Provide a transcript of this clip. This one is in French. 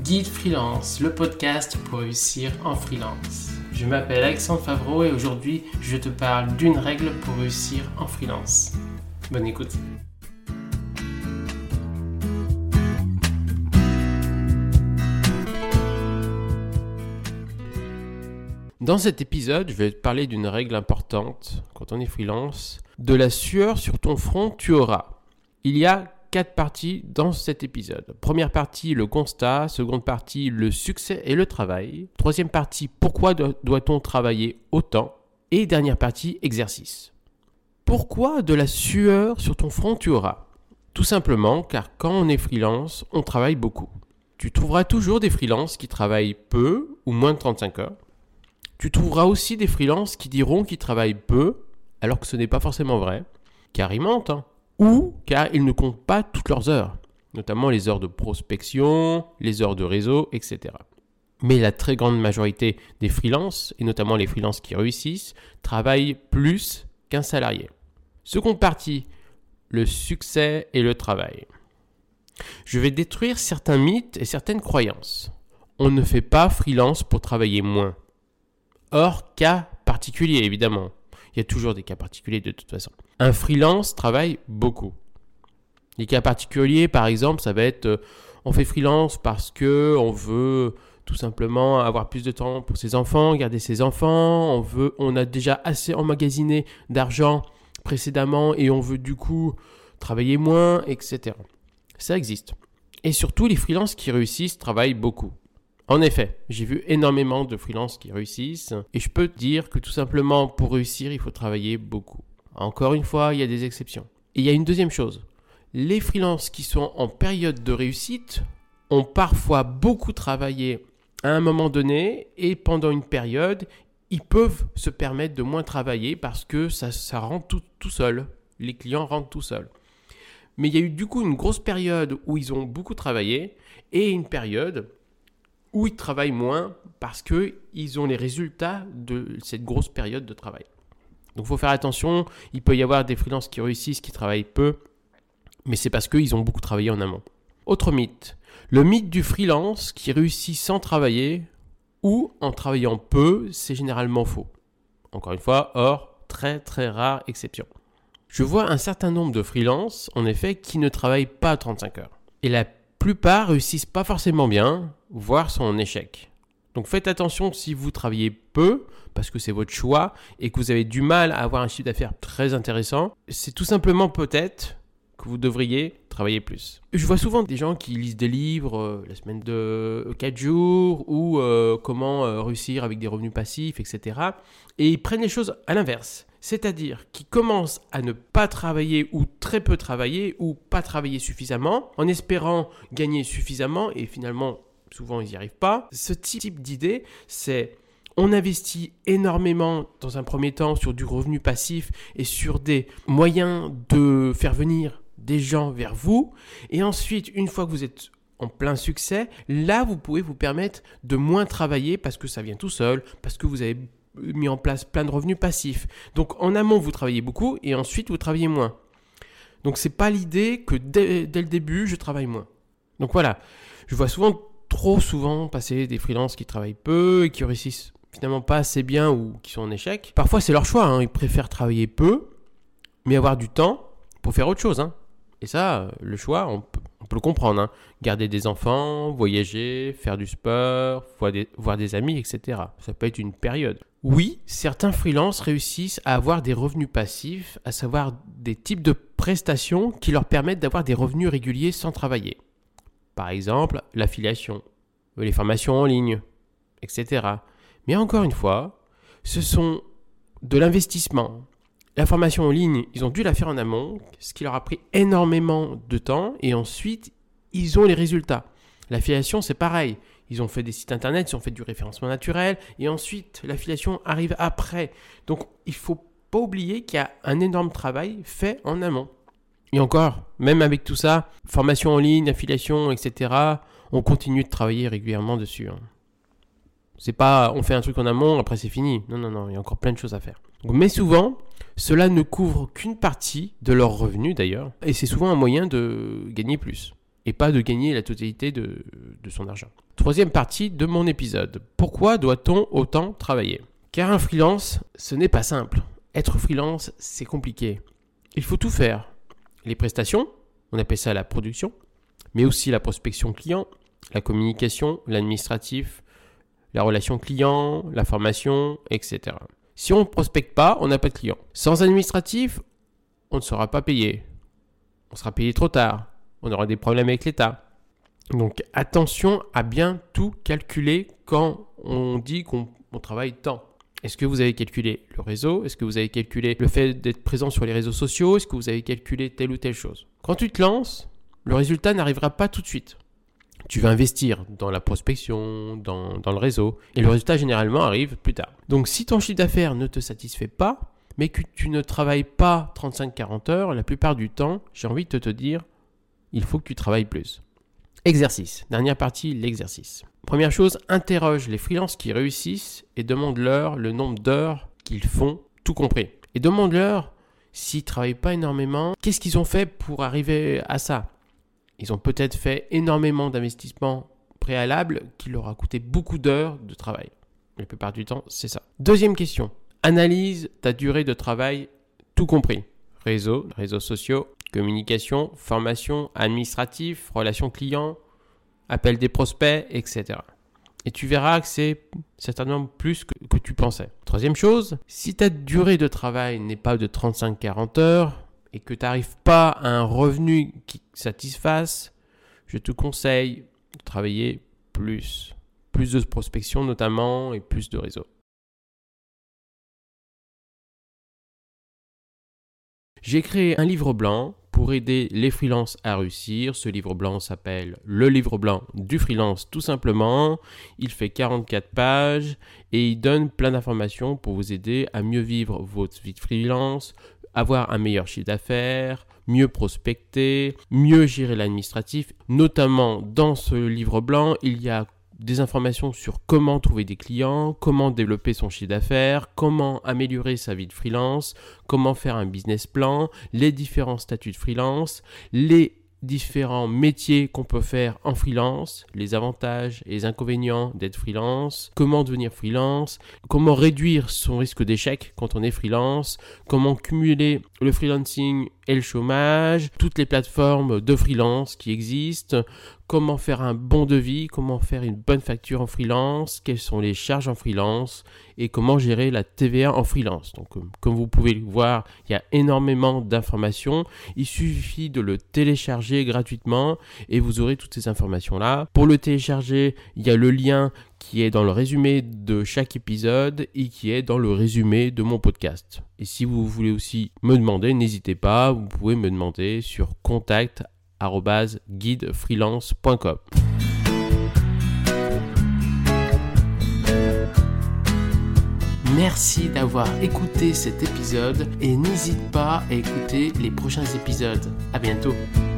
Guide Freelance, le podcast pour réussir en freelance. Je m'appelle Alexandre Favreau et aujourd'hui, je te parle d'une règle pour réussir en freelance. Bonne écoute. Dans cet épisode, je vais te parler d'une règle importante quand on est freelance. De la sueur sur ton front, tu auras. Il y a 4 parties dans cet épisode. Première partie, le constat. Seconde partie, le succès et le travail. Troisième partie, pourquoi doit-on travailler autant? Et dernière partie, exercice. Pourquoi de la sueur sur ton front tu auras? Tout simplement car quand on est freelance, on travaille beaucoup. Tu trouveras toujours des freelances qui travaillent peu ou moins de 35 heures. Tu trouveras aussi des freelances qui diront qu'ils travaillent peu, alors que ce n'est pas forcément vrai, car ils mentent, ou car ils ne comptent pas toutes leurs heures, notamment les heures de prospection, les heures de réseau, etc. Mais la très grande majorité des freelances, et notamment les freelances qui réussissent, travaillent plus qu'un salarié. Seconde partie, le succès et le travail. Je vais détruire certains mythes et certaines croyances. On ne fait pas freelance pour travailler moins. Hors cas particulier, évidemment. Il y a toujours des cas particuliers de toute façon. Un freelance travaille beaucoup. Les cas particuliers, par exemple, ça va être on fait freelance parce qu'on veut tout simplement avoir plus de temps pour ses enfants, garder ses enfants, on a déjà assez emmagasiné d'argent précédemment et on veut du coup travailler moins, etc. Ça existe. Et surtout, les freelances qui réussissent travaillent beaucoup. En effet, j'ai vu énormément de freelances qui réussissent et je peux te dire que tout simplement pour réussir, il faut travailler beaucoup. Encore une fois, il y a des exceptions. Et il y a une deuxième chose. Les freelances qui sont en période de réussite ont parfois beaucoup travaillé à un moment donné et pendant une période, ils peuvent se permettre de moins travailler parce que ça rentre tout seul. Les clients rentrent tout seuls. Mais il y a eu du coup une grosse période où ils ont beaucoup travaillé et une période où ils travaillent moins parce qu'ils ont les résultats de cette grosse période de travail. Donc il faut faire attention, il peut y avoir des freelances qui réussissent, qui travaillent peu, mais c'est parce qu'ils ont beaucoup travaillé en amont. Autre mythe, le mythe du freelance qui réussit sans travailler ou en travaillant peu, c'est généralement faux. Encore une fois, hors très très rare exception. Je vois un certain nombre de freelances, en effet, qui ne travaillent pas 35 heures. Et la plupart réussissent pas forcément bien, voire sont en échec. Donc faites attention si vous travaillez peu, parce que c'est votre choix, et que vous avez du mal à avoir un chiffre d'affaires très intéressant, c'est tout simplement peut-être que vous devriez travailler plus. Je vois souvent des gens qui lisent des livres, la semaine de 4 jours, ou comment réussir avec des revenus passifs, etc. Et ils prennent les choses à l'inverse. C'est-à-dire qu'ils commencent à ne pas travailler ou très peu travailler ou pas travailler suffisamment en espérant gagner suffisamment et finalement, souvent, ils n'y arrivent pas. Ce type d'idée, c'est on investit énormément dans un premier temps sur du revenu passif et sur des moyens de faire venir des gens vers vous. Et ensuite, une fois que vous êtes en plein succès, là, vous pouvez vous permettre de moins travailler parce que ça vient tout seul, parce que vous avez mis en place plein de revenus passifs. Donc en amont, vous travaillez beaucoup et ensuite, vous travaillez moins. Donc c'est pas l'idée que dès le début, je travaille moins. Donc voilà, je vois trop souvent passer des freelances qui travaillent peu et qui réussissent finalement pas assez bien ou qui sont en échec. Parfois, c'est leur choix. Ils préfèrent travailler peu, mais avoir du temps pour faire autre chose. Et ça, le choix, on peut le comprendre. Garder des enfants, voyager, faire du sport, voir des amis, etc. Ça peut être une période. Oui, certains freelances réussissent à avoir des revenus passifs, à savoir des types de prestations qui leur permettent d'avoir des revenus réguliers sans travailler. Par exemple, l'affiliation, les formations en ligne, etc. Mais encore une fois, ce sont de l'investissement. La formation en ligne, ils ont dû la faire en amont, ce qui leur a pris énormément de temps et ensuite, ils ont les résultats. L'affiliation, c'est pareil. Ils ont fait des sites internet, ils ont fait du référencement naturel et ensuite, l'affiliation arrive après. Donc, il ne faut pas oublier qu'il y a un énorme travail fait en amont. Et encore, même avec tout ça, formation en ligne, affiliation, etc., on continue de travailler régulièrement dessus. C'est pas on fait un truc en amont, après c'est fini. Non, il y a encore plein de choses à faire. Mais souvent, cela ne couvre qu'une partie de leurs revenus d'ailleurs. Et c'est souvent un moyen de gagner plus. et pas de gagner la totalité de son argent. Troisième partie de mon épisode. Pourquoi doit-on autant travailler ? Car un freelance, ce n'est pas simple. Être freelance, c'est compliqué. Il faut tout faire. Les prestations, on appelle ça la production, mais aussi la prospection client, la communication, l'administratif, la relation client, la formation, etc. Si on ne prospecte pas, on n'a pas de client. Sans administratif, on ne sera pas payé. On sera payé trop tard. On aura des problèmes avec l'État. Donc attention à bien tout calculer quand on dit qu'on travaille tant. Est-ce que vous avez calculé le réseau ? Est-ce que vous avez calculé le fait d'être présent sur les réseaux sociaux ? Est-ce que vous avez calculé telle ou telle chose ? Quand tu te lances, le résultat n'arrivera pas tout de suite. Tu vas investir dans la prospection, dans le réseau, et le résultat généralement arrive plus tard. Donc si ton chiffre d'affaires ne te satisfait pas, mais que tu ne travailles pas 35-40 heures, la plupart du temps, j'ai envie de te dire, il faut que tu travailles plus. Exercice. Dernière partie, l'exercice. Première chose, interroge les freelances qui réussissent et demande-leur le nombre d'heures qu'ils font, tout compris. Et demande-leur s'ils ne travaillent pas énormément, qu'est-ce qu'ils ont fait pour arriver à ça ? Ils ont peut-être fait énormément d'investissements préalables qui leur a coûté beaucoup d'heures de travail. La plupart du temps, c'est ça. Deuxième question. Analyse ta durée de travail, tout compris. Réseaux sociaux, communication, formation, administratif, relations clients, appel des prospects, etc. Et tu verras que c'est certainement plus que tu pensais. Troisième chose, si ta durée de travail n'est pas de 35-40 heures et que tu n'arrives pas à un revenu qui te satisfasse, je te conseille de travailler plus. Plus de prospection notamment et plus de réseau. J'ai créé un livre blanc pour aider les freelances à réussir. Ce livre blanc s'appelle Le livre blanc du freelance tout simplement. Il fait 44 pages et il donne plein d'informations pour vous aider à mieux vivre votre vie de freelance, avoir un meilleur chiffre d'affaires, mieux prospecter, mieux gérer l'administratif. Notamment dans ce livre blanc, il y a des informations sur comment trouver des clients, comment développer son chiffre d'affaires, comment améliorer sa vie de freelance, comment faire un business plan, les différents statuts de freelance, les différents métiers qu'on peut faire en freelance, les avantages et les inconvénients d'être freelance, comment devenir freelance, comment réduire son risque d'échec quand on est freelance, comment cumuler le freelancing et le chômage, toutes les plateformes de freelance qui existent, comment faire un bon devis, comment faire une bonne facture en freelance, quelles sont les charges en freelance et comment gérer la TVA en freelance. Donc, comme vous pouvez le voir, il y a énormément d'informations. Il suffit de le télécharger gratuitement et vous aurez toutes ces informations-là. Pour le télécharger, il y a le lien qui est dans le résumé de chaque épisode et qui est dans le résumé de mon podcast. Et si vous voulez aussi me demander, n'hésitez pas, vous pouvez me demander sur contact@guidefreelance.com. Merci d'avoir écouté cet épisode et n'hésite pas à écouter les prochains épisodes. À bientôt.